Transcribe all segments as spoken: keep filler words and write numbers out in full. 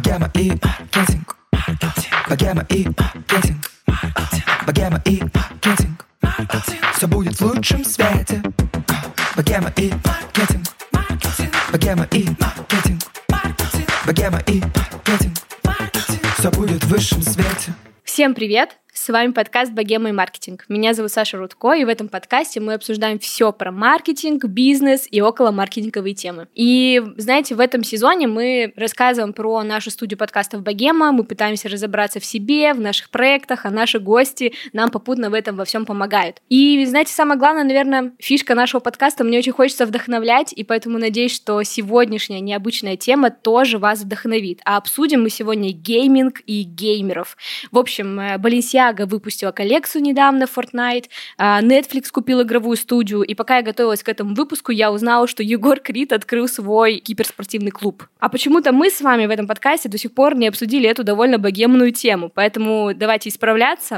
Богема и маркетинг. Богема и маркетинг. Богема и маркетинг. Все будет в лучшем свете. Богема и маркетинг. Богема и маркетинг. Богема и маркетинг. Все будет в высшем свете. Всем привет! С вами подкаст «Богема и маркетинг». Меня зовут Саша Рудко, и в этом подкасте мы обсуждаем все про маркетинг, бизнес и околомаркетинговые темы. И, знаете, в этом сезоне мы рассказываем про нашу студию подкастов «Богема», мы пытаемся разобраться в себе, в наших проектах, а наши гости нам попутно в этом во всем помогают. И, знаете, самое главное, наверное, фишка нашего подкаста, мне очень хочется вдохновлять, и поэтому надеюсь, что сегодняшняя необычная тема тоже вас вдохновит. А обсудим мы сегодня гейминг и геймеров. В общем, Balenciaga выпустила коллекцию недавно, Fortnite, Netflix купил игровую студию, и пока я готовилась к этому выпуску, я узнала, что Егор Крид открыл свой киберспортивный клуб. А почему-то мы с вами в этом подкасте до сих пор не обсудили эту довольно богемную тему, поэтому давайте исправляться.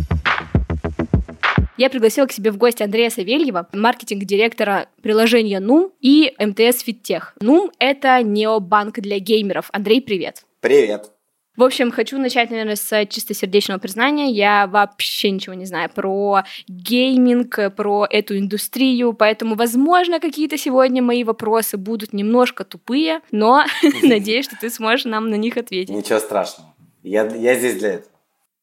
Я пригласила к себе в гости Андрея Савельева, маркетинг-директора приложения Нум и эм тэ эс Фиттех. Нум — это необанк для геймеров. Андрей, привет. Привет. В общем, хочу начать, наверное, с чистосердечного признания. Я вообще ничего не знаю про гейминг, про эту индустрию, поэтому, возможно, какие-то сегодня мои вопросы будут немножко тупые, но надеюсь, что ты сможешь нам на них ответить. Ничего страшного. Я, я здесь для этого.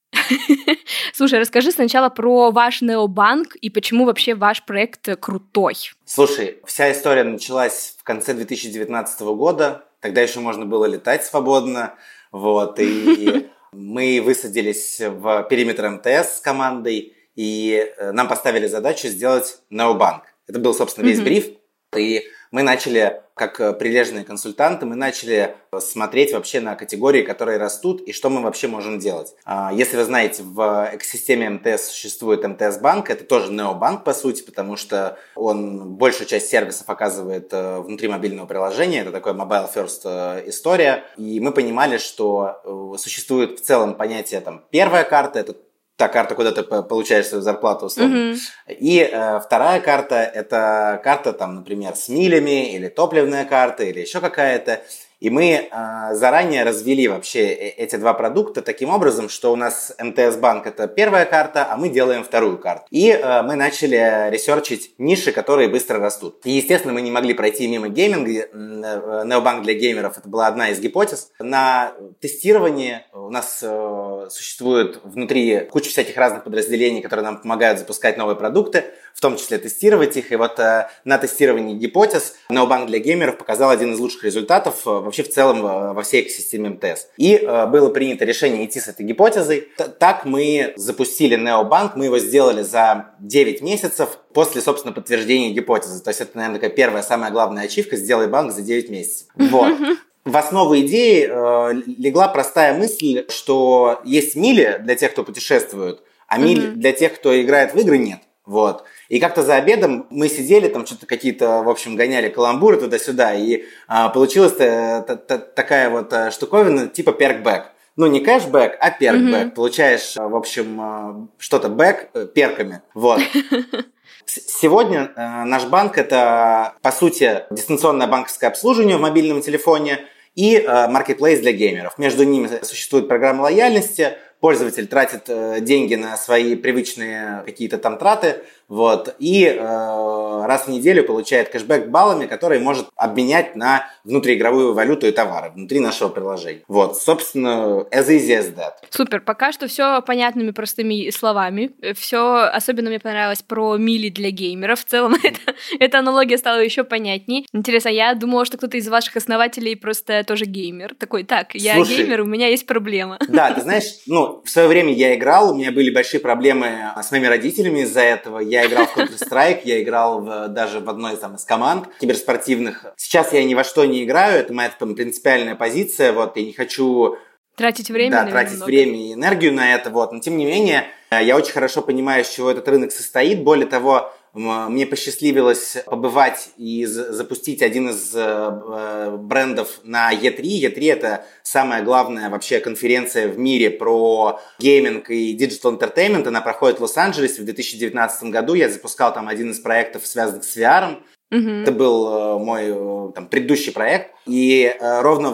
Слушай, расскажи сначала про ваш необанк и почему вообще ваш проект крутой. Слушай, вся история началась в конце две тысячи девятнадцатого года. Тогда еще можно было летать свободно. Вот, и мы высадились в периметр эм тэ эс с командой, и нам поставили задачу сделать необанк. Это был, собственно, весь mm-hmm. бриф. И мы начали, как прилежные консультанты, мы начали смотреть вообще на категории, которые растут, и что мы вообще можем делать. Если вы знаете, в экосистеме эм тэ эс существует эм тэ эс-банк, это тоже необанк, по сути, потому что он большую часть сервисов оказывает внутри мобильного приложения, это такая mobile first история, и мы понимали, что существует в целом понятие там, первая карта, это та карта, куда ты получаешь свою зарплату, условно. Mm-hmm. И э, вторая карта – это карта, там, например, с милями, или топливная карта, или еще какая-то. И мы э, заранее развели вообще эти два продукта таким образом, что у нас эм тэ эс-банк – это первая карта, а мы делаем вторую карту. И э, мы начали ресерчить ниши, которые быстро растут. И, естественно, мы не могли пройти мимо гейминга. Необанк для геймеров – это была одна из гипотез. На тестировании у нас э, существует внутри куча всяких разных подразделений, которые нам помогают запускать новые продукты, в том числе тестировать их. И вот э, на тестировании гипотез необанк для геймеров показал один из лучших результатов э, вообще в целом во всей экосистеме эм тэ эс. И э, было принято решение идти с этой гипотезой. Т- так мы запустили необанк, мы его сделали за девять месяцев после, собственно, подтверждения гипотезы. То есть это, наверное, такая первая, самая главная ачивка – сделай банк за девять месяцев. Вот. В основу идеи э, легла простая мысль, что есть мили для тех, кто путешествует, а миль mm-hmm. для тех, кто играет в игры, нет. Вот. И как-то за обедом мы сидели, там что-то какие-то, в общем, гоняли каламбуры туда-сюда, и а, получилась такая вот штуковина типа перкбэк. Ну, не кэшбэк, а перкбэк. Mm-hmm. Получаешь, в общем, что-то бэк перками. Вот. Сегодня э, наш банк – это, по сути, дистанционное банковское обслуживание в мобильном телефоне и э, маркетплейс для геймеров. Между ними существует программа лояльности, пользователь тратит э, деньги на свои привычные какие-то там траты, вот, и э, раз в неделю получает кэшбэк баллами, которые может обменять на внутриигровую валюту и товары внутри нашего приложения. Вот, собственно, as easy as that. Супер, пока что все понятными простыми словами. Все особенно мне понравилось про мили для геймеров. В целом это, эта аналогия стала еще понятней. Интересно, я думала, что кто-то из ваших основателей просто тоже геймер. Такой, так, я Слушай, геймер, у меня есть проблема. Да, ты знаешь, ну, в свое время я играл, у меня были большие проблемы с моими родителями из-за этого. Я играл в Counter-Strike, я играл в, даже в одной там, из команд киберспортивных. Сейчас я ни во что не играю, это моя там, принципиальная позиция, вот, я не хочу... Тратить время, да, наверное, тратить много. время и энергию на это, вот, но тем не менее, я очень хорошо понимаю, из чего этот рынок состоит, более того, мне посчастливилось побывать и запустить один из брендов на и три. и три – это самая главная вообще конференция в мире про гейминг и digital entertainment. Она проходит в Лос-Анджелесе в две тысячи девятнадцатом году. Я запускал там один из проектов, связанных с ви ар. Mm-hmm. Это был мой там, предыдущий проект. И ровно вот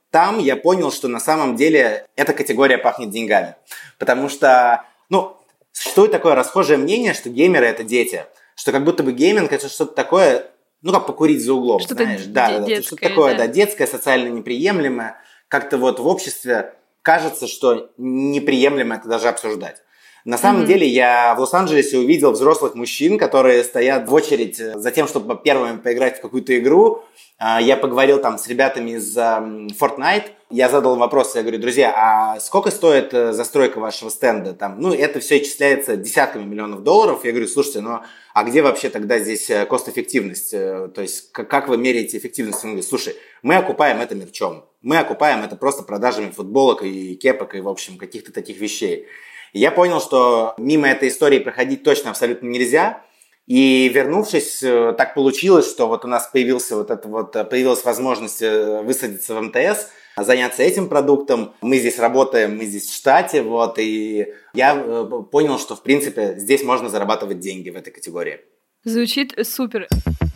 там я понял, что на самом деле эта категория пахнет деньгами. Потому что, ну, существует такое расхожее мнение, что геймеры – это дети. Что как будто бы гейминг – это что-то такое, ну, как покурить за углом, что-то знаешь. Да, д- да, детское, что-то такое, да. да, детское, социально неприемлемое. Как-то вот в обществе кажется, что неприемлемо это даже обсуждать. На самом mm-hmm. деле я в Лос-Анджелесе увидел взрослых мужчин, которые стоят в очередь за тем, чтобы первыми поиграть в какую-то игру. Я поговорил там с ребятами из Fortnite. Я задал им вопрос, я говорю: друзья, а сколько стоит застройка вашего стенда? Там, ну, это все исчисляется десятками миллионов долларов. Я говорю: слушайте, ну, а где вообще тогда здесь кост-эффективность? То есть, как вы меряете эффективность? Он говорит: слушай, мы окупаем это мерчом. Мы окупаем это просто продажами футболок и кепок и, в общем, каких-то таких вещей. И я понял, что мимо этой истории проходить точно абсолютно нельзя. И вернувшись, так получилось, что вот у нас появился вот это вот, появилась возможность высадиться в эм тэ эс, заняться этим продуктом. Мы здесь работаем, мы здесь в штате, вот, и я понял, что, в принципе, здесь можно зарабатывать деньги в этой категории. Звучит супер.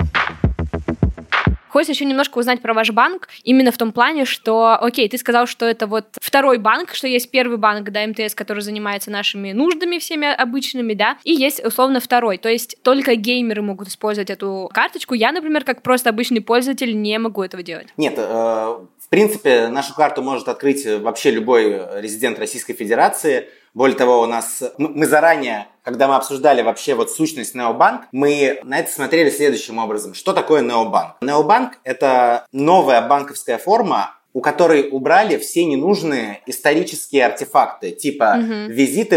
Хочется еще немножко узнать про ваш банк, именно в том плане, что, окей, ты сказал, что это вот второй банк, что есть первый банк, да, эм тэ эс, который занимается нашими нуждами всеми обычными, да, и есть, условно, второй, то есть только геймеры могут использовать эту карточку. Я, например, как просто обычный пользователь, не могу этого делать. Нет, э, в принципе, нашу карту может открыть вообще любой резидент Российской Федерации. Более того, у нас мы заранее, когда мы обсуждали вообще вот сущность необанк, мы на это смотрели следующим образом. Что такое необанк? Необанк – это новая банковская форма, у которой убрали все ненужные исторические артефакты, типа mm-hmm. визиты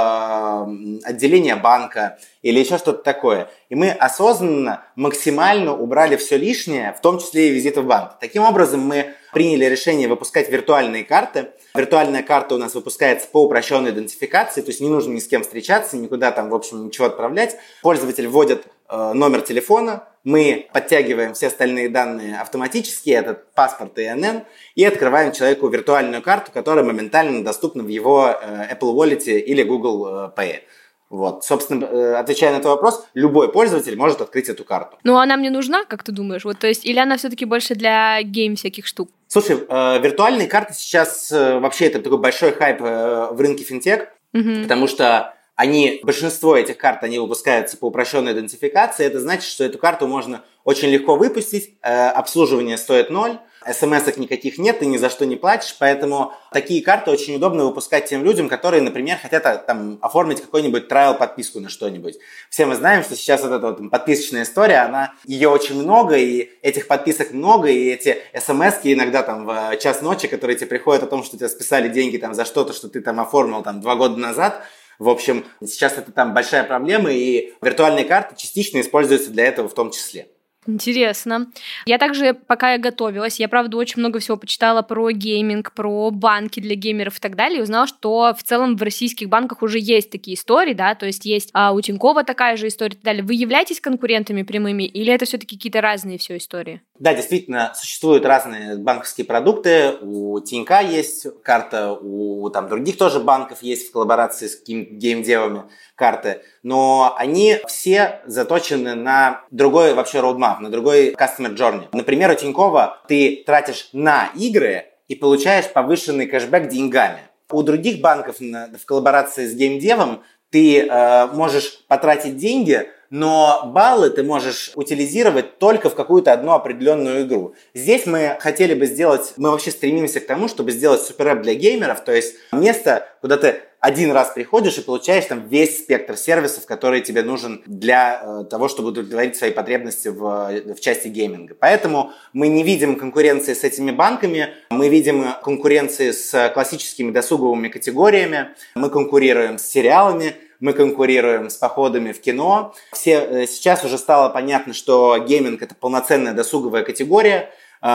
в отделение банка или еще что-то такое. И мы осознанно, максимально убрали все лишнее, в том числе и визиты в банк. Таким образом, мы приняли решение выпускать виртуальные карты. Виртуальная карта у нас выпускается по упрощенной идентификации, то есть не нужно ни с кем встречаться, никуда там, в общем, ничего отправлять. Пользователь вводит э, номер телефона, мы подтягиваем все остальные данные автоматически, это паспорт и эн эн, и открываем человеку виртуальную карту, которая моментально доступна в его э, Apple Wallet или Google Pay. Вот, собственно, отвечая на этот вопрос, любой пользователь может открыть эту карту. Ну, она мне нужна, как ты думаешь? Вот, то есть, или она все-таки больше для гейм всяких штук? Слушай, э, виртуальные карты сейчас э, вообще это такой большой хайп э, в рынке финтех, mm-hmm. потому что они, большинство этих карт, они выпускаются по упрощенной идентификации. Это значит, что эту карту можно очень легко выпустить, э, обслуживание стоит ноль, смс-ок никаких нет, ты ни за что не платишь, поэтому такие карты очень удобно выпускать тем людям, которые, например, хотят там оформить какой-нибудь трайл-подписку на что-нибудь. Все мы знаем, что сейчас вот эта вот подписочная история, она, ее очень много, и этих подписок много, и эти смс-ки иногда там в час ночи, которые тебе приходят о том, что тебе списали деньги там за что-то, что ты там оформил там два года назад. В общем, сейчас это там большая проблема, и виртуальные карты частично используются для этого в том числе. Интересно. Я также, пока я готовилась, я, правда, очень много всего почитала про гейминг, про банки для геймеров и так далее, и узнала, что в целом в российских банках уже есть такие истории, да, то есть есть а, у Тинькова такая же история и так далее. Вы являетесь конкурентами прямыми, или это все-таки какие-то разные все истории? Да, действительно, существуют разные банковские продукты. У Тинька есть карта, у там, других тоже банков есть в коллаборации с геймдевами карты, но они все заточены на другой вообще roadmap, на другой customer journey. Например, у Тинькова ты тратишь на игры и получаешь повышенный кэшбэк деньгами. У других банков в коллаборации с геймдевом ты э, можешь потратить деньги, но баллы ты можешь утилизировать только в какую-то одну определенную игру. Здесь мы хотели бы сделать, мы вообще стремимся к тому, чтобы сделать суперэп для геймеров, то есть место, куда ты один раз приходишь и получаешь там весь спектр сервисов, который тебе нужен для э, того, чтобы удовлетворить свои потребности в, в части гейминга. Поэтому мы не видим конкуренции с этими банками, мы видим конкуренции с классическими досуговыми категориями, мы конкурируем с сериалами, мы конкурируем с походами в кино. Все, сейчас уже стало понятно, что гейминг – это полноценная досуговая категория,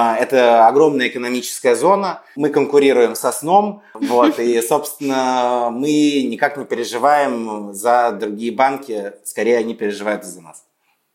это огромная экономическая зона. Мы конкурируем со сном, вот, и, собственно, мы никак не переживаем за другие банки, скорее они переживают за нас.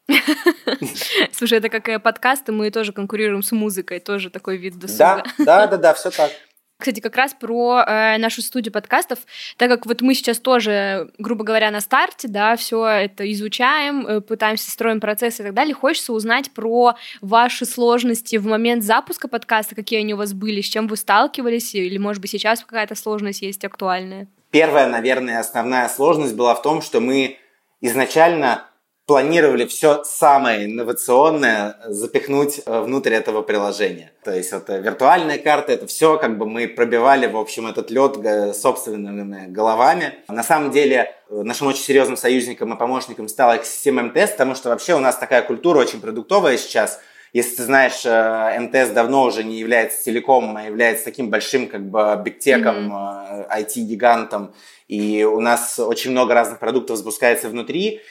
Слушай, это как подкасты, мы тоже конкурируем с музыкой, тоже такой вид досуга. Да, да, да, да, все так. Кстати, как раз про э, нашу студию подкастов, так как вот мы сейчас тоже, грубо говоря, на старте, да, все это изучаем, э, пытаемся строим процессы и так далее, хочется узнать про ваши сложности в момент запуска подкаста, какие они у вас были, с чем вы сталкивались, или, может быть, сейчас какая-то сложность есть актуальная? Первая, наверное, основная сложность была в том, что мы изначально планировали все самое инновационное запихнуть внутрь этого приложения. То есть вот виртуальная карта, это все как бы мы пробивали, в общем, этот лед собственными головами. На самом деле, нашим очень серьезным союзником и помощником стала экосистема эм тэ эс, потому что вообще у нас такая культура очень продуктовая сейчас. Если ты знаешь, эм тэ эс давно уже не является телекомом, а является таким большим как бы бигтеком, mm-hmm. ай ти-гигантом, и у нас очень много разных продуктов запускается внутри,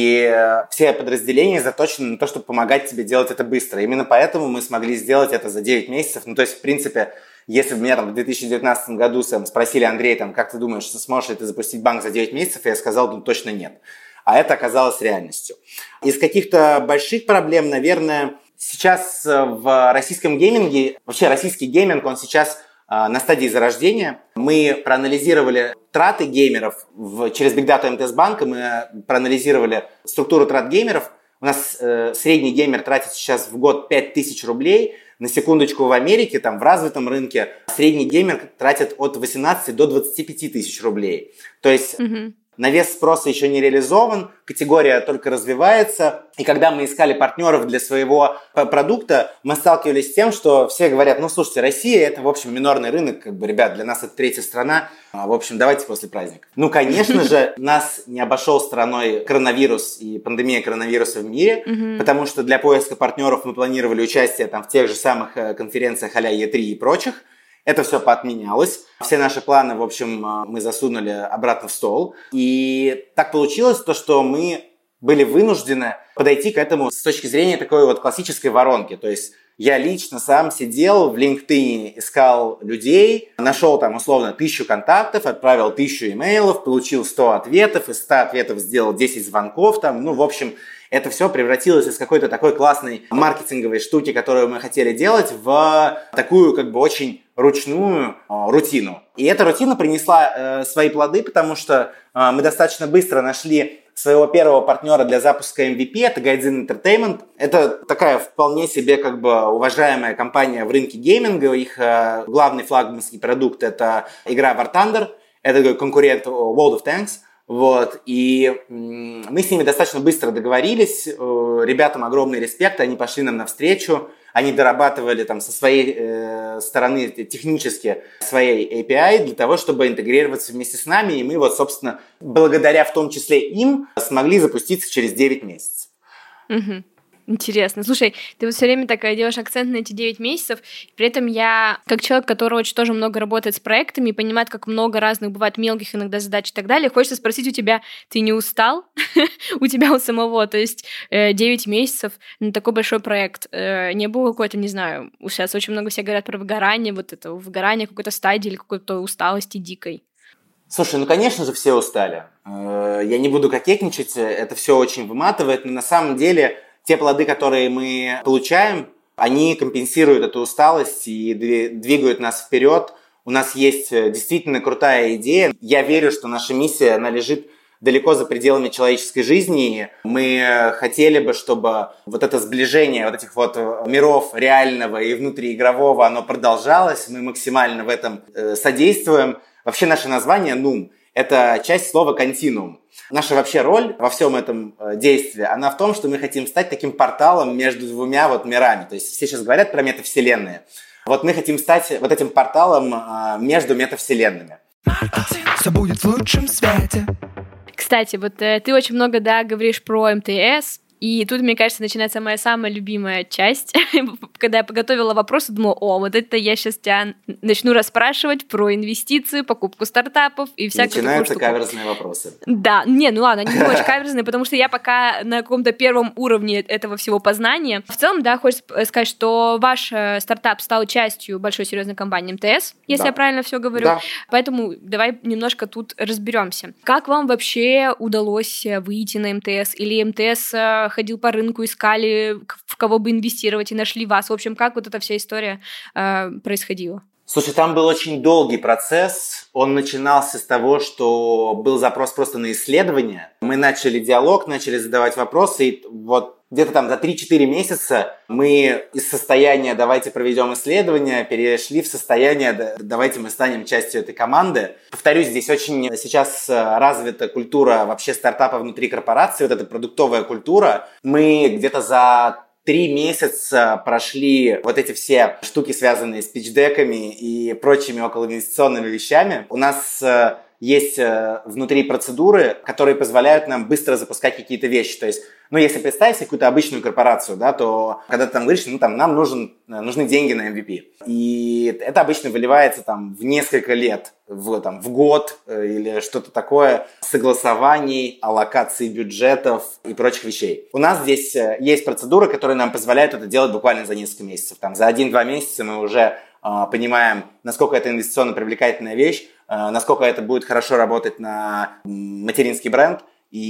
и все подразделения заточены на то, чтобы помогать тебе делать это быстро. Именно поэтому мы смогли сделать это за девять месяцев. Ну, то есть, в принципе, если бы меня там в две тысячи девятнадцатом году там, спросили: Андрей, там, как ты думаешь, сможешь ли ты запустить банк за девять месяцев, я сказал, ну, точно нет. А это оказалось реальностью. Из каких-то больших проблем, наверное, сейчас в российском гейминге, вообще российский гейминг, он сейчас на стадии зарождения. Мы проанализировали траты геймеров в, через Big Data эм тэ эс банка, мы проанализировали структуру трат геймеров. У нас э, средний геймер тратит сейчас в год пять тысяч рублей. На секундочку, в Америке, там, в развитом рынке, средний геймер тратит от восемнадцати до двадцати пяти тысяч рублей. То есть... Mm-hmm. Навес спроса еще не реализован, категория только развивается. И когда мы искали партнеров для своего продукта, мы сталкивались с тем, что все говорят: ну, слушайте, Россия – это, в общем, минорный рынок, как бы, ребят, для нас это третья страна, в общем, давайте после праздника. Ну, конечно же, нас не обошел стороной коронавирус и пандемия коронавируса в мире, потому что для поиска партнеров мы планировали участие там в тех же самых конференциях а-ля и три и прочих. Это все поотменялось. Все наши планы, в общем, мы засунули обратно в стол. И так получилось то, что мы были вынуждены подойти к этому с точки зрения такой вот классической воронки. То есть я лично сам сидел в LinkedIn, искал людей, нашел там условно тысячу контактов, отправил тысячу имейлов, получил сто ответов, из ста ответов сделал десять звонков. Там, ну, в общем, это все превратилось из какой-то такой классной маркетинговой штуки, которую мы хотели делать, в такую как бы очень ручную э, рутину. И эта рутина принесла э, свои плоды, потому что э, мы достаточно быстро нашли своего первого партнера для запуска эм ви пи, это Gaijin Entertainment. Это такая вполне себе как бы уважаемая компания в рынке гейминга. Их э, главный флагманский продукт – это игра War Thunder, это конкурент World of Tanks. Вот, и м- мы с ними достаточно быстро договорились, э, ребятам огромный респект, они пошли нам навстречу, они дорабатывали там со своей э, стороны технически своей эй пи ай для того, чтобы интегрироваться вместе с нами, и мы вот, собственно, благодаря в том числе им смогли запуститься через девять месяцев. Mm-hmm. Интересно. Слушай, ты вот все время так делаешь акцент на эти девять месяцев, при этом я, как человек, который очень тоже много работает с проектами и понимает, как много разных бывает мелких иногда задач и так далее, хочется спросить у тебя: ты не устал? У тебя у самого, то есть девять месяцев на такой большой проект. Не было какой-то, не знаю, сейчас очень много все говорят про выгорание, вот это выгорание какой-то стадии или какой-то усталости дикой. Слушай, ну, конечно же, все устали. Я не буду кокетничать, это все очень выматывает, но на самом деле те плоды, которые мы получаем, они компенсируют эту усталость и двигают нас вперед. У нас есть действительно крутая идея. Я верю, что наша миссия, она лежит далеко за пределами человеческой жизни. Мы хотели бы, чтобы вот это сближение вот этих вот миров реального и внутриигрового, оно продолжалось. Мы максимально в этом содействуем. Вообще наше название «Нум» — это часть слова «континуум». Наша вообще роль во всем этом действии, она в том, что мы хотим стать таким порталом между двумя вот мирами. То есть все сейчас говорят про метавселенные. Вот мы хотим стать вот этим порталом между метавселенными. Все будет в лучшем свете. Кстати, вот э, ты очень много, да, говоришь про эм тэ эс, и тут, мне кажется, начинается моя самая любимая часть. Когда я подготовила вопрос, думала: о, вот это я сейчас тебя начну расспрашивать про инвестиции, покупку стартапов и всякую такую Начинаются штуку. каверзные вопросы. Да, не, ну ладно, они не очень каверзные, потому что я пока на каком-то первом уровне этого всего познания. В целом, да, хочется сказать, что ваш стартап стал частью большой серьезной компании эм тэ эс, если Да. я правильно все говорю. Да. Поэтому давай немножко тут разберемся. Как вам вообще удалось выйти на эм тэ эс? Или эм тэ эс ходил по рынку, искали, в кого бы инвестировать, и нашли вас? В общем, как вот эта вся история э, происходила? Слушай, там был очень долгий процесс. Он начинался с того, что был запрос просто на исследование. Мы начали диалог, начали задавать вопросы, и вот где-то там за три-четыре месяца мы из состояния «давайте проведем исследование» перешли в состояние «давайте мы станем частью этой команды». Повторюсь, здесь очень сейчас развита культура вообще стартапа внутри корпорации, вот эта продуктовая культура. Мы где-то за три месяца прошли вот эти все штуки, связанные с питч-деками и прочими околоинвестиционными вещами. У нас есть внутри процедуры, которые позволяют нам быстро запускать какие-то вещи. То есть, ну, если представить какую-то обычную корпорацию, да, то когда ты там говоришь, ну, там, нам нужен, нужны деньги на эм ви пи. И это обычно выливается там в несколько лет, в, там, в год или что-то такое, согласований, аллокаций бюджетов и прочих вещей. У нас здесь есть процедуры, которые нам позволяют это делать буквально за несколько месяцев. Там, за один-два месяца мы уже э, понимаем, насколько это инвестиционно привлекательная вещь, э, насколько это будет хорошо работать на материнский бренд,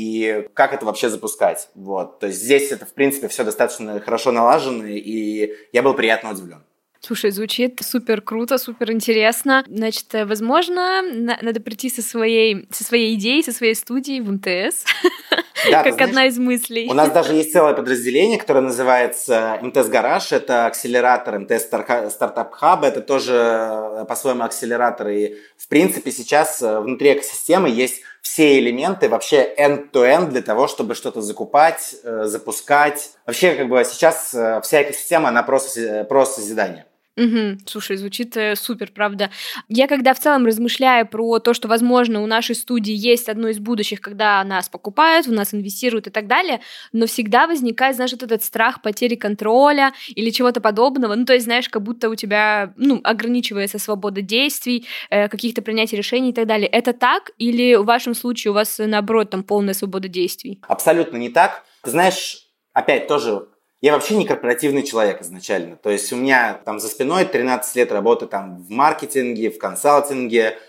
и как это вообще запускать. Вот. То есть здесь это, в принципе, все достаточно хорошо налажено, и я был приятно удивлен. Слушай, звучит супер круто, супер интересно. Значит, возможно, на- надо прийти со своей, со своей идеей, со своей студией в эм тэ эс, Да, как знаешь, одна из мыслей. У нас даже есть целое подразделение, которое называется эм тэ эс Garage. Это акселератор эм тэ эс Startup Hub. Это тоже по-своему акселератор. И, в принципе, сейчас внутри экосистемы есть все элементы вообще end-to-end для того, чтобы что-то закупать, запускать. Вообще, как бы сейчас вся экосистема, она просто, просто созидание. Угу. Слушай, звучит э, супер, правда. Я когда в целом размышляю про то, что, возможно, у нашей студии есть одно из будущих, когда нас покупают, в нас инвестируют и так далее, но всегда возникает, знаешь, вот этот страх потери контроля или чего-то подобного. Ну, то есть, знаешь, как будто у тебя, ну, ограничивается свобода действий, э, каких-то принятий решений и так далее. Это так? Или в вашем случае у вас, наоборот, там полная свобода действий? Абсолютно не так. Ты знаешь, опять тоже... Я вообще не корпоративный человек изначально. То есть у меня там за спиной тринадцать лет работы там в маркетинге, в консалтинге.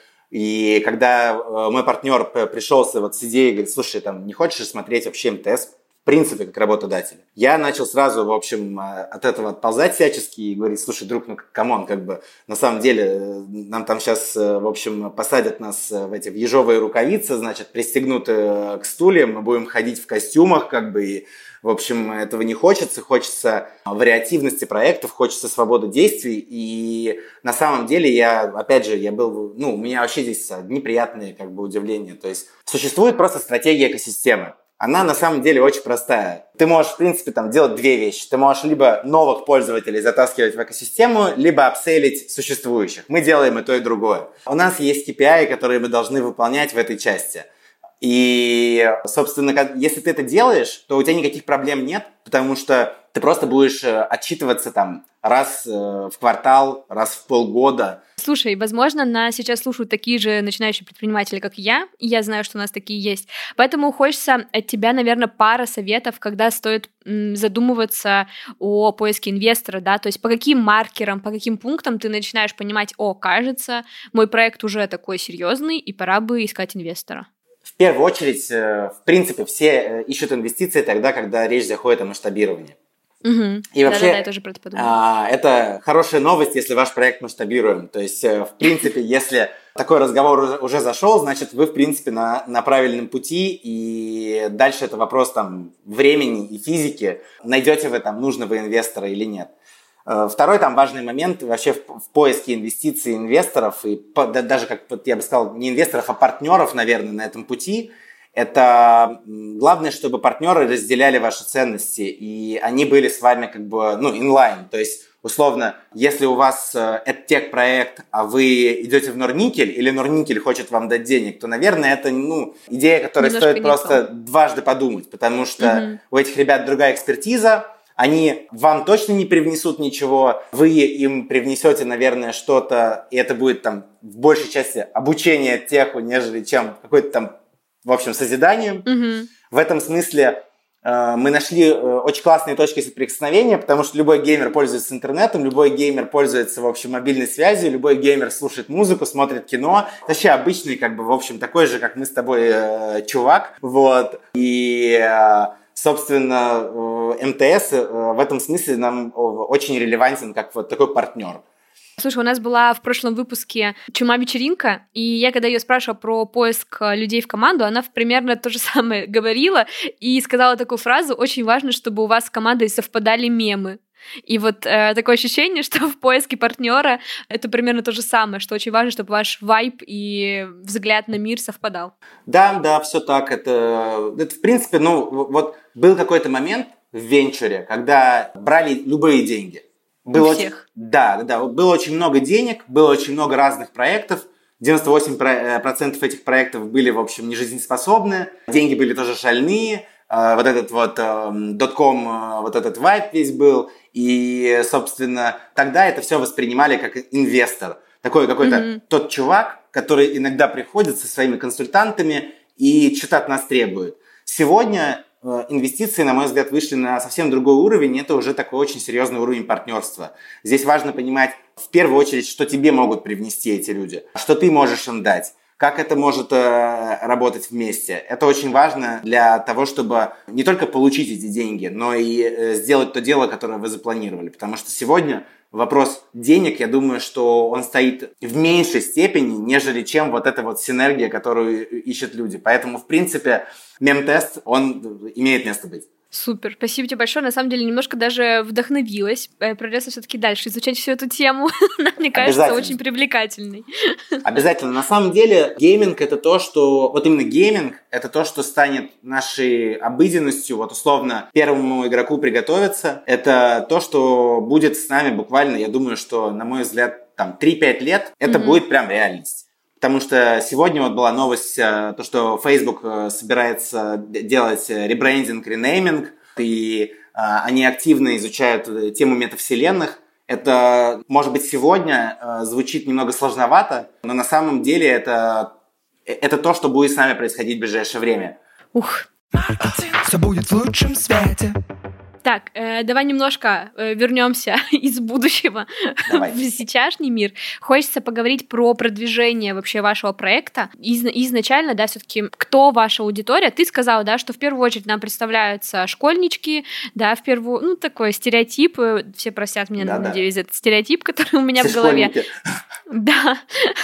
И когда э, мой партнер пришелся вот с идеей, говорит, слушай, там, не хочешь смотреть вообще эм тэ эс, в принципе, как работодатель? Я начал сразу, в общем, от этого отползать всячески и говорить, слушай, друг, ну, камон, как бы, на самом деле, нам там сейчас, в общем, посадят нас в эти в ежовые рукавицы, значит, пристегнут к стульям, мы будем ходить в костюмах, как бы, и в общем, этого не хочется, хочется вариативности проектов, хочется свободы действий, и на самом деле я, опять же, я был, ну, у меня вообще здесь одни приятные, как бы, удивления, то есть существует просто стратегия экосистемы. Она на самом деле очень простая. Ты можешь, в принципе, там делать две вещи. Ты можешь либо новых пользователей затаскивать в экосистему, либо апселить существующих. Мы делаем и то, и другое. У нас есть кей пи ай, которые мы должны выполнять в этой части. И, собственно, если ты это делаешь, то у тебя никаких проблем нет, потому что ты просто будешь отчитываться там раз в квартал, раз в полгода. Слушай, возможно, нас сейчас слушают такие же начинающие предприниматели, как и я, и я знаю, что у нас такие есть. Поэтому хочется от тебя, наверное, пара советов, когда стоит м, задумываться о поиске инвестора, да, то есть по каким маркерам, по каким пунктам ты начинаешь понимать, о, кажется, мой проект уже такой серьезный, и пора бы искать инвестора. В первую очередь, в принципе, все ищут инвестиции тогда, когда речь заходит о масштабировании. Угу. И вообще, да, да, я тоже про это подумала. А, это хорошая новость, если ваш проект масштабируем. То есть, в принципе, если такой разговор уже зашел, значит, вы, в принципе, на, на правильном пути, и дальше это вопрос там, времени и физики, найдете вы там нужного инвестора или нет. Второй там важный момент вообще в, в поиске инвестиций инвесторов, и по, да, даже, как я бы сказал, не инвесторов, а партнеров, наверное, на этом пути, это главное, чтобы партнеры разделяли ваши ценности, и они были с вами как бы, ну, инлайн. То есть, условно, если у вас эдтек-проект, а вы идете в Норникель, или Норникель хочет вам дать денег, то, наверное, это, ну, идея, которой немножко стоит просто то. дважды подумать, потому что угу. у этих ребят другая экспертиза, они вам точно не привнесут ничего, вы им привнесете, наверное, что-то, и это будет там в большей части обучение теху, нежели чем какое-то там, в общем, созидание. Mm-hmm. В этом смысле э, мы нашли э, очень классные точки соприкосновения, потому что любой геймер пользуется интернетом, любой геймер пользуется, в общем, мобильной связью, любой геймер слушает музыку, смотрит кино. Вообще обычный, как бы, в общем, такой же, как мы с тобой, э, чувак. Вот. И... Э, Собственно, эм тэ эс в этом смысле нам очень релевантен как вот такой партнер. Слушай, у нас была в прошлом выпуске чума-вечеринка, и я, когда ее спрашивала про поиск людей в команду, она примерно то же самое говорила и сказала такую фразу: очень важно, чтобы у вас с командой совпадали мемы. И вот э, такое ощущение, что в поиске партнера это примерно то же самое, что очень важно, чтобы ваш вайб и взгляд на мир совпадал. Да, да, все так. Это, это в принципе, ну, вот был какой-то момент в венчуре, когда брали любые деньги. Было У очень, всех. Да, да, да. Было очень много денег, было очень много разных проектов. девяносто восемь процентов этих проектов были, в общем, нежизнеспособны. Деньги были тоже шальные. Вот этот вот дотком, вот этот вайп весь был. И, собственно, тогда это все воспринимали как инвестор. Такой какой-то mm-hmm. тот чувак, который иногда приходит со своими консультантами и что-то от нас требует. Сегодня инвестиции, на мой взгляд, вышли на совсем другой уровень. Это уже такой очень серьезный уровень партнерства. Здесь важно понимать, в первую очередь, что тебе могут привнести эти люди, что ты можешь им дать, как это может э, работать вместе. Это очень важно для того, чтобы не только получить эти деньги, но и э, сделать то дело, которое вы запланировали. Потому что сегодня вопрос денег, я думаю, что он стоит в меньшей степени, нежели чем вот эта вот синергия, которую ищут люди. Поэтому, в принципе, мем-тест, он имеет место быть. Супер, спасибо тебе большое. На самом деле, немножко даже вдохновилась. Придется все-таки дальше изучать всю эту тему. Она, мне кажется, очень привлекательной. Обязательно. На самом деле, гейминг — это то, что... Вот именно гейминг — это то, что станет нашей обыденностью. Вот условно, первому игроку приготовиться. Это то, что будет с нами буквально, я думаю, что, на мой взгляд, там три-пять лет это mm-hmm. будет прям реальность. Потому что сегодня вот была новость, то, что Facebook собирается делать ребрендинг, ренейминг, и они активно изучают тему метавселенных. Это, может быть, сегодня звучит немного сложновато, но на самом деле это, это то, что будет с нами происходить в ближайшее время. Ух! Все будет в лучшем свете. Так, э, давай немножко э, вернемся из будущего Давай. в сейчасшний мир. Хочется поговорить про продвижение вообще вашего проекта. Из, изначально, да, все-таки, кто ваша аудитория? Ты сказала, да, что в первую очередь нам представляются школьнички, да, в первую, ну, такой стереотип, все простят меня, да, надеюсь, да. Это стереотип, который у меня все в голове. Школьники. Да.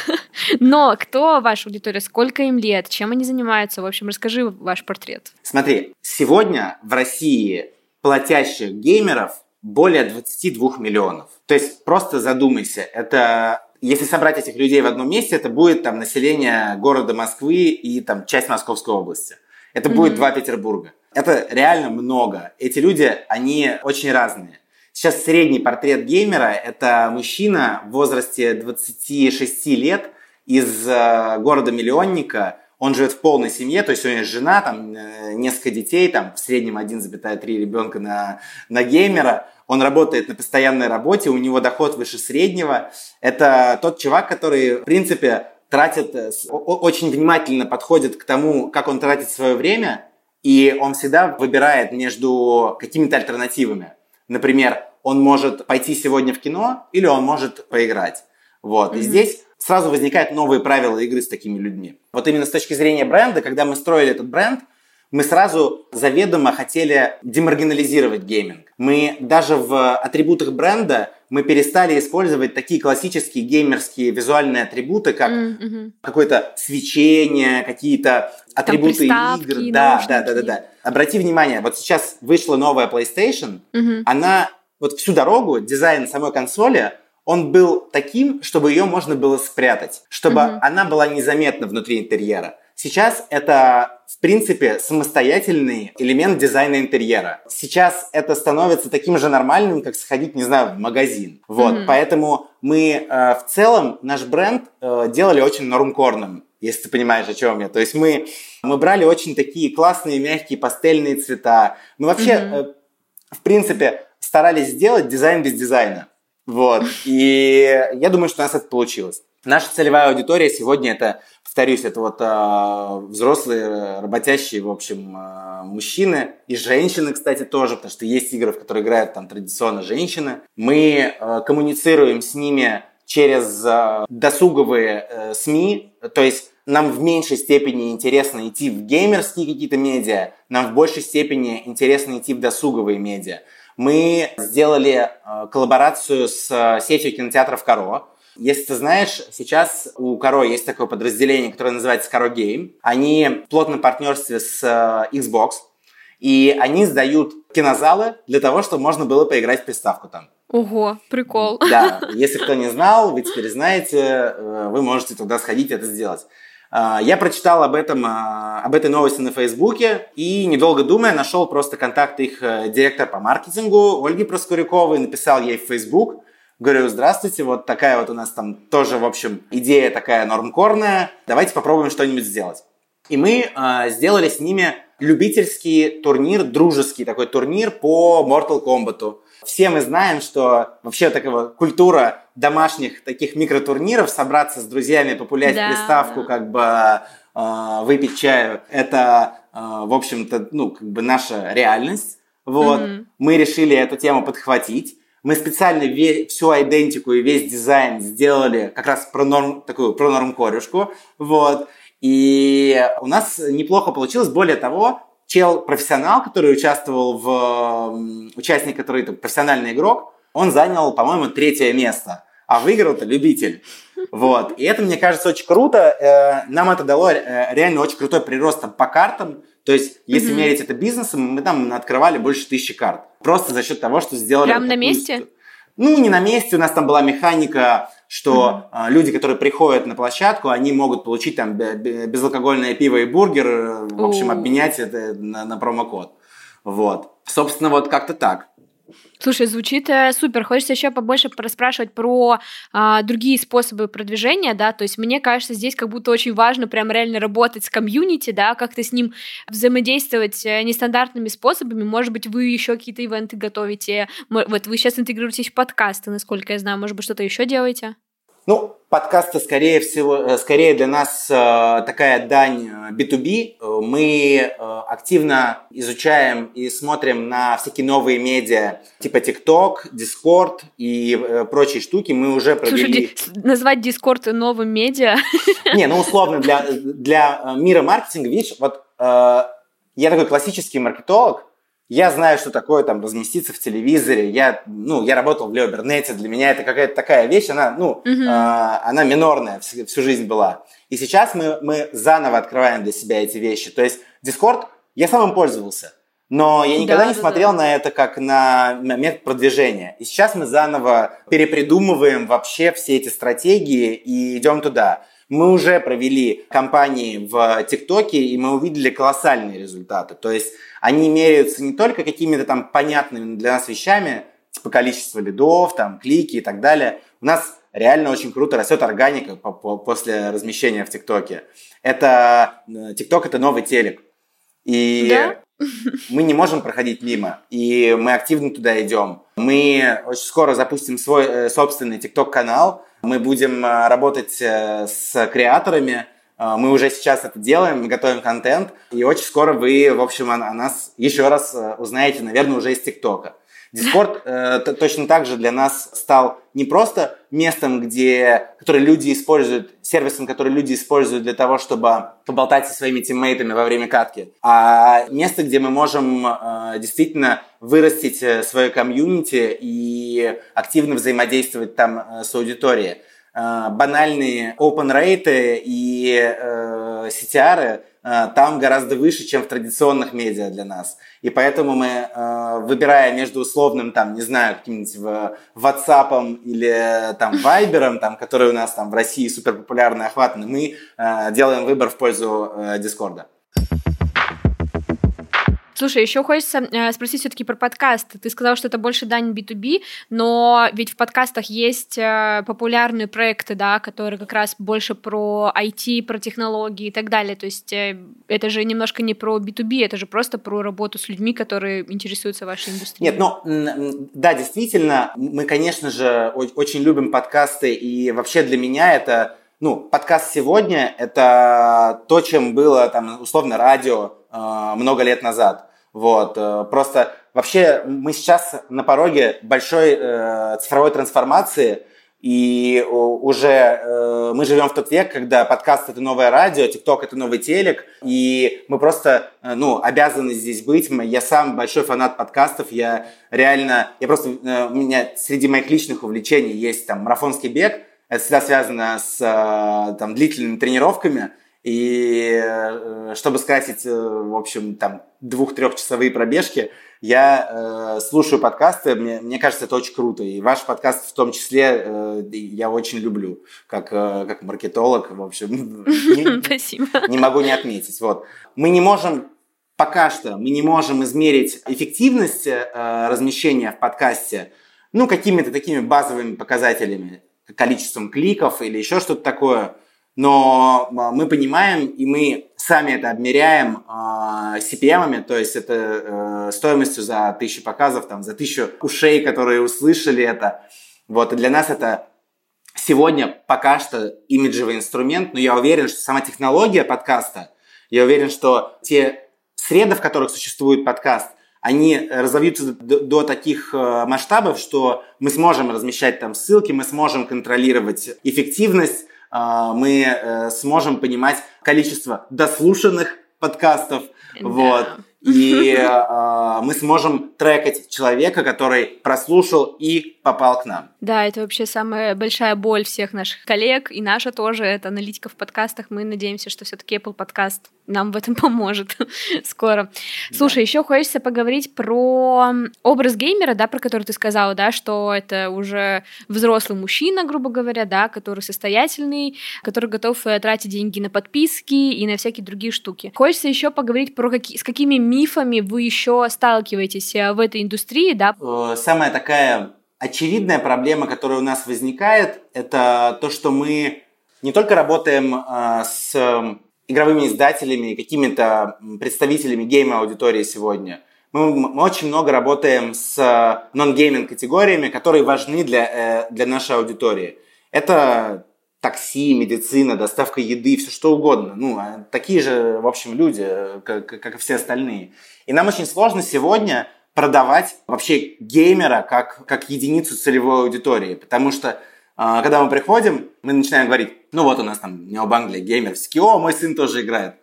Но кто ваша аудитория? Сколько им лет? Чем они занимаются? В общем, расскажи ваш портрет. Смотри, сегодня в России платящих геймеров более двадцать два миллионов. То есть просто задумайся, это если собрать этих людей в одном месте, это будет там население города Москвы и там часть Московской области. Это mm-hmm. будет два Петербурга. Это реально много. Эти люди, они очень разные. Сейчас средний портрет геймера – это мужчина в возрасте двадцати шести лет из э, города-миллионника. Он живет в полной семье, то есть у него есть жена, там, несколько детей, там, в среднем один целых три ребенка на, на геймера. Он работает на постоянной работе, у него доход выше среднего. Это тот чувак, который, в принципе, тратит, очень внимательно подходит к тому, как он тратит свое время, и он всегда выбирает между какими-то альтернативами. Например, он может пойти сегодня в кино, или он может поиграть. Вот. Mm-hmm. И здесь сразу возникают новые правила игры с такими людьми. Вот именно с точки зрения бренда, когда мы строили этот бренд, мы сразу заведомо хотели демаргинализировать гейминг. Мы даже в атрибутах бренда мы перестали использовать такие классические геймерские визуальные атрибуты, как mm-hmm. какое-то свечение, какие-то атрибуты игр. Да, да, да, да, да. Обрати внимание, вот сейчас вышла новая PlayStation, mm-hmm. она вот всю дорогу, дизайн самой консоли, он был таким, чтобы ее можно было спрятать, чтобы mm-hmm. она была незаметна внутри интерьера. Сейчас это, в принципе, самостоятельный элемент дизайна интерьера. Сейчас это становится таким же нормальным, как сходить, не знаю, в магазин. Вот, mm-hmm. поэтому мы э, в целом наш бренд э, делали очень нормкорным, если ты понимаешь, о чем я. То есть мы, мы брали очень такие классные, мягкие, пастельные цвета. Мы вообще, mm-hmm. э, в принципе, старались сделать дизайн без дизайна. Вот, и я думаю, что у нас это получилось. Наша целевая аудитория сегодня это, повторюсь, это вот э, взрослые, работящие, в общем, э, мужчины и женщины, кстати, тоже, потому что есть игры, в которые играют там традиционно женщины. Мы э, коммуницируем с ними через э, досуговые э, СМИ, то есть нам в меньшей степени интересно идти в геймерские какие-то медиа, нам в большей степени интересно идти в досуговые медиа. Мы сделали э, коллаборацию с э, сетью кинотеатров Каро. Если ты знаешь, сейчас у Каро есть такое подразделение, которое называется Каро Game. Они в плотном партнерстве с э, Xbox, и они сдают кинозалы для того, чтобы можно было поиграть в приставку там. Ого, прикол. Да, если кто не знал, вы теперь знаете, вы можете туда сходить и это сделать. Я прочитал об этом, об этой новости на Фейсбуке и, недолго думая, нашел просто контакт их директора по маркетингу Ольги Проскуряковой, написал ей в Фейсбук, говорю: здравствуйте, вот такая вот у нас там тоже, в общем, идея такая нормкорная, давайте попробуем что-нибудь сделать. И мы сделали с ними любительский турнир, дружеский такой турнир по Mortal Kombat. Все мы знаем, что вообще такая культура домашних таких микротурниров, собраться с друзьями, популять да, в приставку, да. как бы э, выпить чаю, это, э, в общем-то, ну, как бы наша реальность. Вот. Mm-hmm. Мы решили эту тему подхватить. Мы специально ве- всю идентику и весь дизайн сделали как раз про норм, такую про норм-корюшку. Вот. И у нас неплохо получилось. Более того, чел-профессионал, который участвовал в... Участник, который там, профессиональный игрок, он занял, по-моему, третье место. А выиграл-то любитель. Вот. И это, мне кажется, очень круто. Нам это дало реально очень крутой прирост там, по картам. То есть, если mm-hmm. мерить это бизнесом, мы там открывали больше тысячи карт. Просто за счет того, что сделали... Прямо на месте? Ну, не на месте. У нас там была механика, что mm-hmm. люди, которые приходят на площадку, они могут получить там безалкогольное пиво и бургер, в общем, uh. обменять это на, на промокод. Вот. Собственно, вот как-то так. Слушай, звучит э, супер. Хочется еще побольше расспрашивать про э, другие способы продвижения, да, то есть мне кажется, здесь как будто очень важно прям реально работать с комьюнити, да, как-то с ним взаимодействовать э, нестандартными способами. Может быть, вы еще какие-то ивенты готовите, вот вы сейчас интегрируетесь в подкасты, насколько я знаю, может быть, что-то еще делаете? Ну, подкасты, скорее всего, скорее для нас э, такая дань би ту би. Мы э, активно изучаем и смотрим на всякие новые медиа, типа TikTok, Discord и э, прочие штуки. Мы уже провели... Слушай, назвать Discord новым медиа? Не, ну, условно, для, для мира маркетинга, видишь, вот э, я такой классический маркетолог, я знаю, что такое там разместиться в телевизоре. Я, ну, я работал в Леобернете. Для меня это какая-то такая вещь, она, ну, uh-huh. э, она минорная всю, всю жизнь была. И сейчас мы, мы заново открываем для себя эти вещи. То есть Discord, я сам им пользовался, но я никогда да, не да, смотрел да. на это как на метод продвижения. И сейчас мы заново перепридумываем вообще все эти стратегии и идем туда. Мы уже провели кампании в ТикТоке, и мы увидели колоссальные результаты. То есть они меряются не только какими-то там понятными для нас вещами, типа количество лидов, там, клики и так далее. У нас реально очень круто растет органика по- по- после размещения в ТикТоке. Это ТикТок – это новый телек. И да? мы не можем проходить мимо, и мы активно туда идем. Мы очень скоро запустим свой э, собственный ТикТок-канал. Мы будем работать с креаторами, мы уже сейчас это делаем, мы готовим контент, и очень скоро вы, в общем, о нас еще раз узнаете, наверное, уже из ТикТока. Discord э, точно так же для нас стал не просто местом, где, который люди используют, сервисом, который люди используют для того, чтобы поболтать со своими тиммейтами во время катки, а место, где мы можем э, действительно вырастить свое комьюнити и активно взаимодействовать там э, с аудиторией. Э, банальные open rate и э, си ти ар э, там гораздо выше, чем в традиционных медиа для нас. И поэтому мы, э, выбирая между условным, там, не знаю, каким-нибудь WhatsApp или там Viber, там, который у нас там в России суперпопулярны и охватны, мы э, делаем выбор в пользу э, Discord. Слушай, еще хочется э, спросить все-таки про подкасты. Ты сказал, что это больше дань би ту би, но ведь в подкастах есть э, популярные проекты, да, которые как раз больше про ай ти, про технологии и так далее. То есть э, это же немножко не про би ту би, это же просто про работу с людьми, которые интересуются вашей индустрией. Нет, ну, да, действительно, мы, конечно же, очень любим подкасты, и вообще для меня это, ну, подкаст сегодня – это то, чем было, там, условно, радио много лет назад. Вот. Просто вообще мы сейчас на пороге большой э, цифровой трансформации, И уже э, мы живем в тот век, когда подкаст – это новое радио, ТикТок – это новый телек, и мы просто э, ну, обязаны здесь быть. Я сам большой фанат подкастов, я реально, я просто, э, у меня среди моих личных увлечений есть там марафонский бег, это всегда связано с э, там, длительными тренировками, и э, чтобы скрасить, э, в общем, там двух-трехчасовые пробежки, я э, слушаю подкасты, мне, мне кажется, это очень круто. И ваш подкаст в том числе э, я очень люблю, как, э, как маркетолог, в общем. Спасибо. Не могу не отметить. Вот. Мы не можем, пока что, мы не можем измерить эффективность э, размещения в подкасте, ну, какими-то такими базовыми показателями, количеством кликов или еще что-то такое. Но мы понимаем, и мы сами это обмеряем э, си пи эм-ами, то есть это э, стоимостью за тысячу показов, там, за тысячу ушей, которые услышали это. Вот, и для нас это сегодня пока что имиджевый инструмент, но я уверен, что сама технология подкаста, я уверен, что те среды, в которых существует подкаст, они разовьются до, до таких э, масштабов, что мы сможем размещать там ссылки, мы сможем контролировать эффективность, мы сможем понимать количество дослушанных подкастов, да. Вот, и э, мы сможем трекать человека, который прослушал и попал к нам. Да, это вообще самая большая боль всех наших коллег, и наша тоже, это аналитика в подкастах. Мы надеемся, что все-таки Apple Podcast нам в этом поможет скоро. Слушай, да. Еще хочется поговорить про образ геймера, да, про который ты сказала, да, что это уже взрослый мужчина, грубо говоря, да, который состоятельный, который готов тратить деньги на подписки и на всякие другие штуки. Хочется еще поговорить про какие, с какими мифами вы еще сталкиваетесь в этой индустрии, да? Самая такая очевидная проблема, которая у нас возникает, это то, что мы не только работаем э, с игровыми издателями и какими-то представителями гейм-аудитории сегодня. Мы, мы очень много работаем с нон-гейминг категориями, которые важны для, э, для нашей аудитории. Это такси, медицина, доставка еды, все что угодно. Ну, такие же, в общем, люди, как, как и все остальные. И нам очень сложно сегодня продавать вообще геймера как, как единицу целевой аудитории, потому что э, когда мы приходим, мы начинаем говорить, ну вот у нас там необанглия геймер, все такие, о, мой сын тоже играет.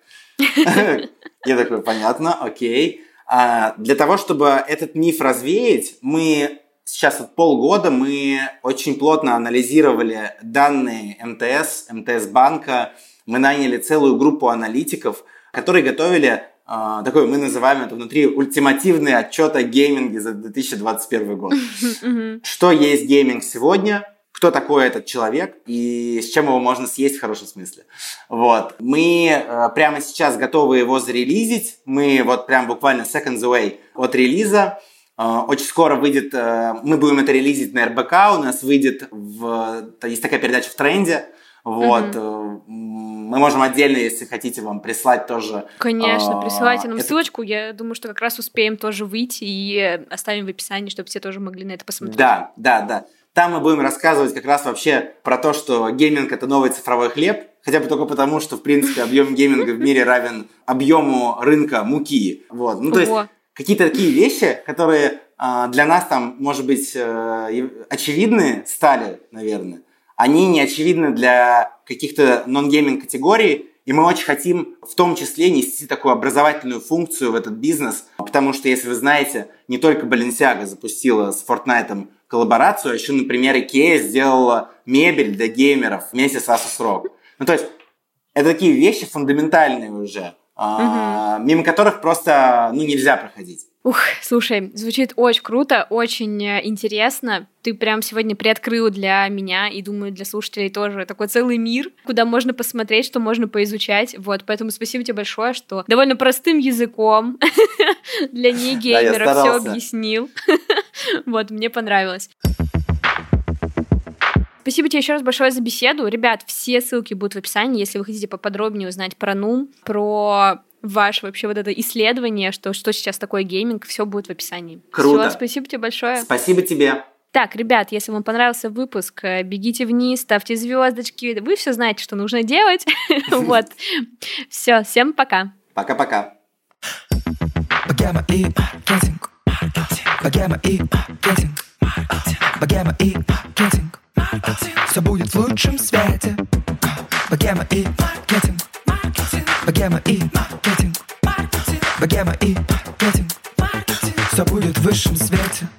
Я такой, понятно, окей. Для того, чтобы этот миф развеять, мы сейчас вот полгода мы очень плотно анализировали данные эм тэ эс, эм тэ эс-банка, мы наняли целую группу аналитиков, которые готовили Uh, такой, мы называем это внутри ультимативный отчет о гейминге за две тысячи двадцать первый год. Что есть гейминг сегодня, кто такой этот человек и с чем его можно съесть в хорошем смысле. Вот. Мы uh, прямо сейчас готовы его зарелизить. Мы вот прям буквально seconds away от релиза. Uh, очень скоро выйдет, uh, мы будем это релизить на эр бэ ка, у нас выйдет, в, есть такая передача в тренде. Вот. Mm-hmm. Мы можем отдельно, если хотите, вам прислать тоже. Конечно, э- присылайте нам это... ссылочку. Я думаю, что как раз успеем тоже выйти и оставим в описании, чтобы все тоже могли на это посмотреть. Да, да, да. Там мы будем рассказывать как раз вообще про то, что гейминг – это новый цифровой хлеб. Хотя бы только потому, что, в принципе, объем гейминга в мире равен объему рынка муки. Вот. Ну, то есть какие-то такие вещи, которые э- для нас там, может быть, э- очевидны стали, наверное. Они не очевидны для каких-то нон-гейминг категорий, и мы очень хотим в том числе нести такую образовательную функцию в этот бизнес, потому что, если вы знаете, не только Balenciaga запустила с Fortnite коллаборацию, а еще, например, IKEA сделала мебель для геймеров вместе с Asus ROG. Ну, то есть, это такие вещи фундаментальные уже, угу. мимо которых просто ну, нельзя проходить. Ух, слушай, звучит очень круто, очень интересно. Ты прям сегодня приоткрыл для меня и, думаю, для слушателей тоже такой целый мир, куда можно посмотреть, что можно поизучать. Вот, поэтому спасибо тебе большое, что довольно простым языком для негеймеров все объяснил. Вот, мне понравилось. Спасибо тебе еще раз большое за беседу. Ребят, все ссылки будут в описании, если вы хотите поподробнее узнать про Нум, про ваше вообще вот это исследование, что, что сейчас такое гейминг, все будет в описании. Круто. Все, спасибо тебе большое. Спасибо тебе. Так, ребят, если вам понравился выпуск, бегите вниз, ставьте звездочки. Вы все знаете, что нужно делать. Вот. Все, всем пока. Пока-пока. Богема и маркетинг. Богема и маркетинг. Богема и маркетинг. Все будет в лучшем свете. Богема и маркетинг. Богема и маркетинг. Богема и маркетинг. Все будет в высшем свете.